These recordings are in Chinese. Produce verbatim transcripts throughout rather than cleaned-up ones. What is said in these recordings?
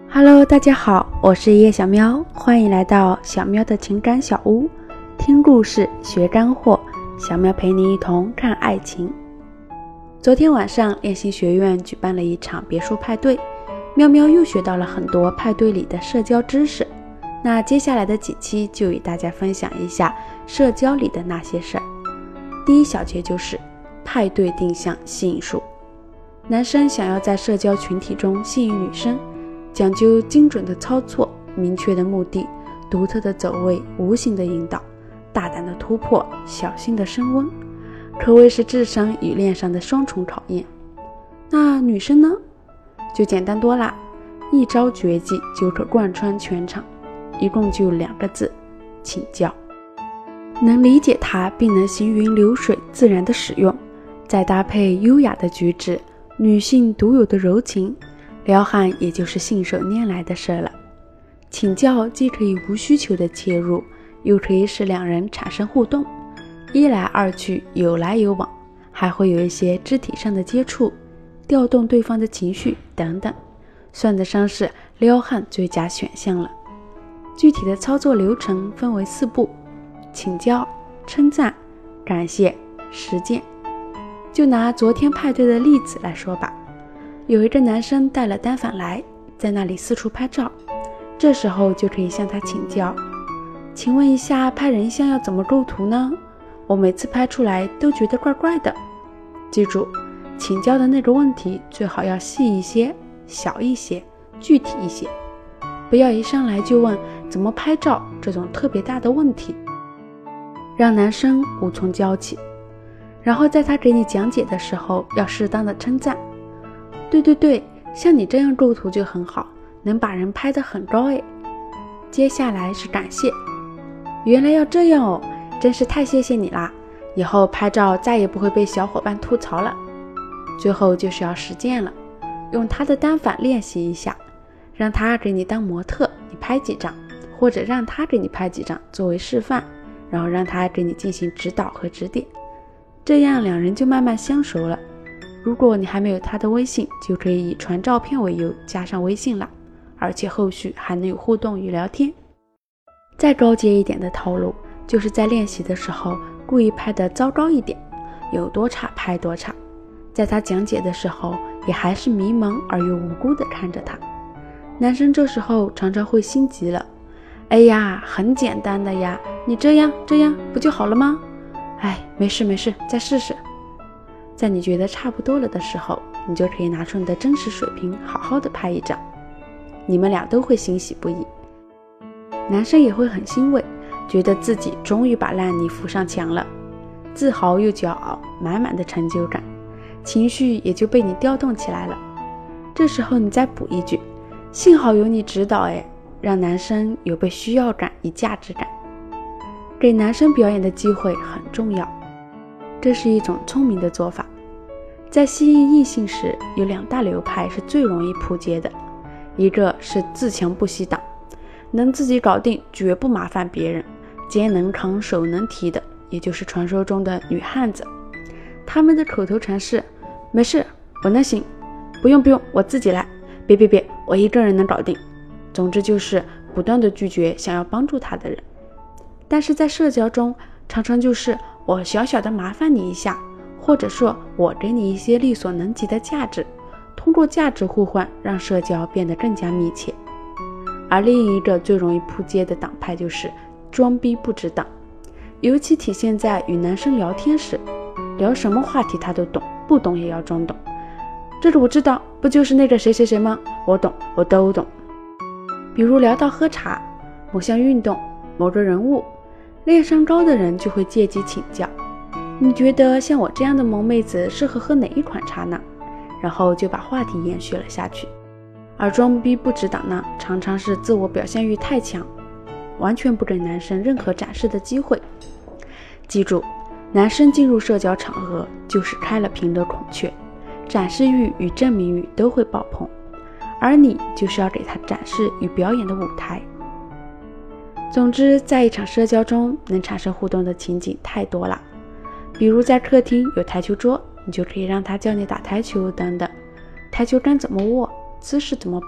Hello， 大家好，我是叶小喵，欢迎来到小喵的情感小屋，听故事学干货，小喵陪你一同看爱情。昨天晚上练心学院举办了一场别墅派对，喵喵又学到了很多派对里的社交知识。那接下来的几期就与大家分享一下社交里的那些事儿。第一小节就是派对定向吸引术。男生想要在社交群体中吸引女生，讲究精准的操作、明确的目的、独特的走位、无形的引导、大胆的突破、小心的升温，可谓是智商与恋上的双重考验。那女生呢，就简单多啦，一招绝技就可贯穿全场，一共就两个字：请教。能理解它并能行云流水自然的使用，再搭配优雅的举止、女性独有的柔情，撩汉也就是信手拈来的事了。请教既可以无需求的切入，又可以使两人产生互动，一来二去有来有往，还会有一些肢体上的接触，调动对方的情绪等等，算得上是撩汉最佳选项了。具体的操作流程分为四步：请教、称赞、感谢、实践。就拿昨天派对的例子来说吧，有一个男生带了单反来，在那里四处拍照，这时候就可以向他请教，请问一下拍人像要怎么构图呢？我每次拍出来都觉得怪怪的。记住，请教的那个问题最好要细一些、小一些、具体一些，不要一上来就问怎么拍照这种特别大的问题，让男生无从教起。然后在他给你讲解的时候，要适当的称赞，对对对，像你这样构图就很好，能把人拍得很高诶。接下来是感谢，原来要这样哦，真是太谢谢你啦，以后拍照再也不会被小伙伴吐槽了。最后就是要实践了，用他的单反练习一下，让他给你当模特，你拍几张，或者让他给你拍几张作为示范，然后让他给你进行指导和指点，这样两人就慢慢相熟了。如果你还没有他的微信，就可以以传照片为由加上微信了，而且后续还能有互动与聊天。再高阶一点的套路，就是在练习的时候故意拍得糟糕一点，有多差拍多差，在他讲解的时候也还是迷茫而又无辜地看着他。男生这时候常常会心急了，哎呀，很简单的呀，你这样这样不就好了吗？哎，没事没事，再试试。在你觉得差不多了的时候，你就可以拿出你的真实水平，好好的拍一张，你们俩都会欣喜不已。男生也会很欣慰，觉得自己终于把烂泥扶上墙了，自豪又骄傲，满满的成就感，情绪也就被你调动起来了。这时候你再补一句，幸好有你指导诶，让男生有被需要感与价值感。给男生表演的机会很重要，这是一种聪明的做法。在吸引异性时，有两大流派是最容易扑街的，一个是自强不息党，能自己搞定，绝不麻烦别人，肩能扛手能提的，也就是传说中的女汉子。他们的口头禅是，没事，我能行，不用不用，我自己来，别别别，我一个人能搞定。总之就是不断的拒绝想要帮助他的人。但是在社交中，常常就是我小小的麻烦你一下，或者说我给你一些力所能及的价值，通过价值互换，让社交变得更加密切。而另一个最容易扑街的党派就是装逼不止党，尤其体现在与男生聊天时，聊什么话题他都懂，不懂也要装懂。这个我知道，不就是那个谁谁谁吗？我懂，我都懂。比如聊到喝茶、某项运动、某个人物，恋上高的人就会借机请教，你觉得像我这样的萌妹子适合喝哪一款茶呢？然后就把话题延续了下去。而装逼不止党呢，常常是自我表现欲太强，完全不给男生任何展示的机会。记住，男生进入社交场合就是开了屏的孔雀，展示欲与证明欲都会爆棚，而你就是要给他展示与表演的舞台。总之，在一场社交中能产生互动的情景太多了，比如在客厅有台球桌，你就可以让他教你打台球等等，台球杆怎么握，姿势怎么摆，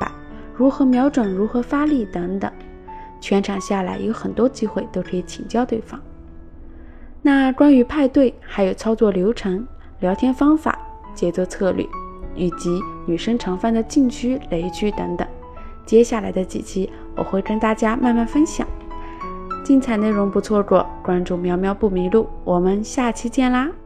如何瞄准、如何发力等等。全场下来有很多机会都可以请教对方。那关于派对还有操作流程、聊天方法、节奏策略以及女生常犯的禁区、雷区等等，接下来的几期我会跟大家慢慢分享。精彩内容不错过，关注喵喵不迷路，我们下期见啦！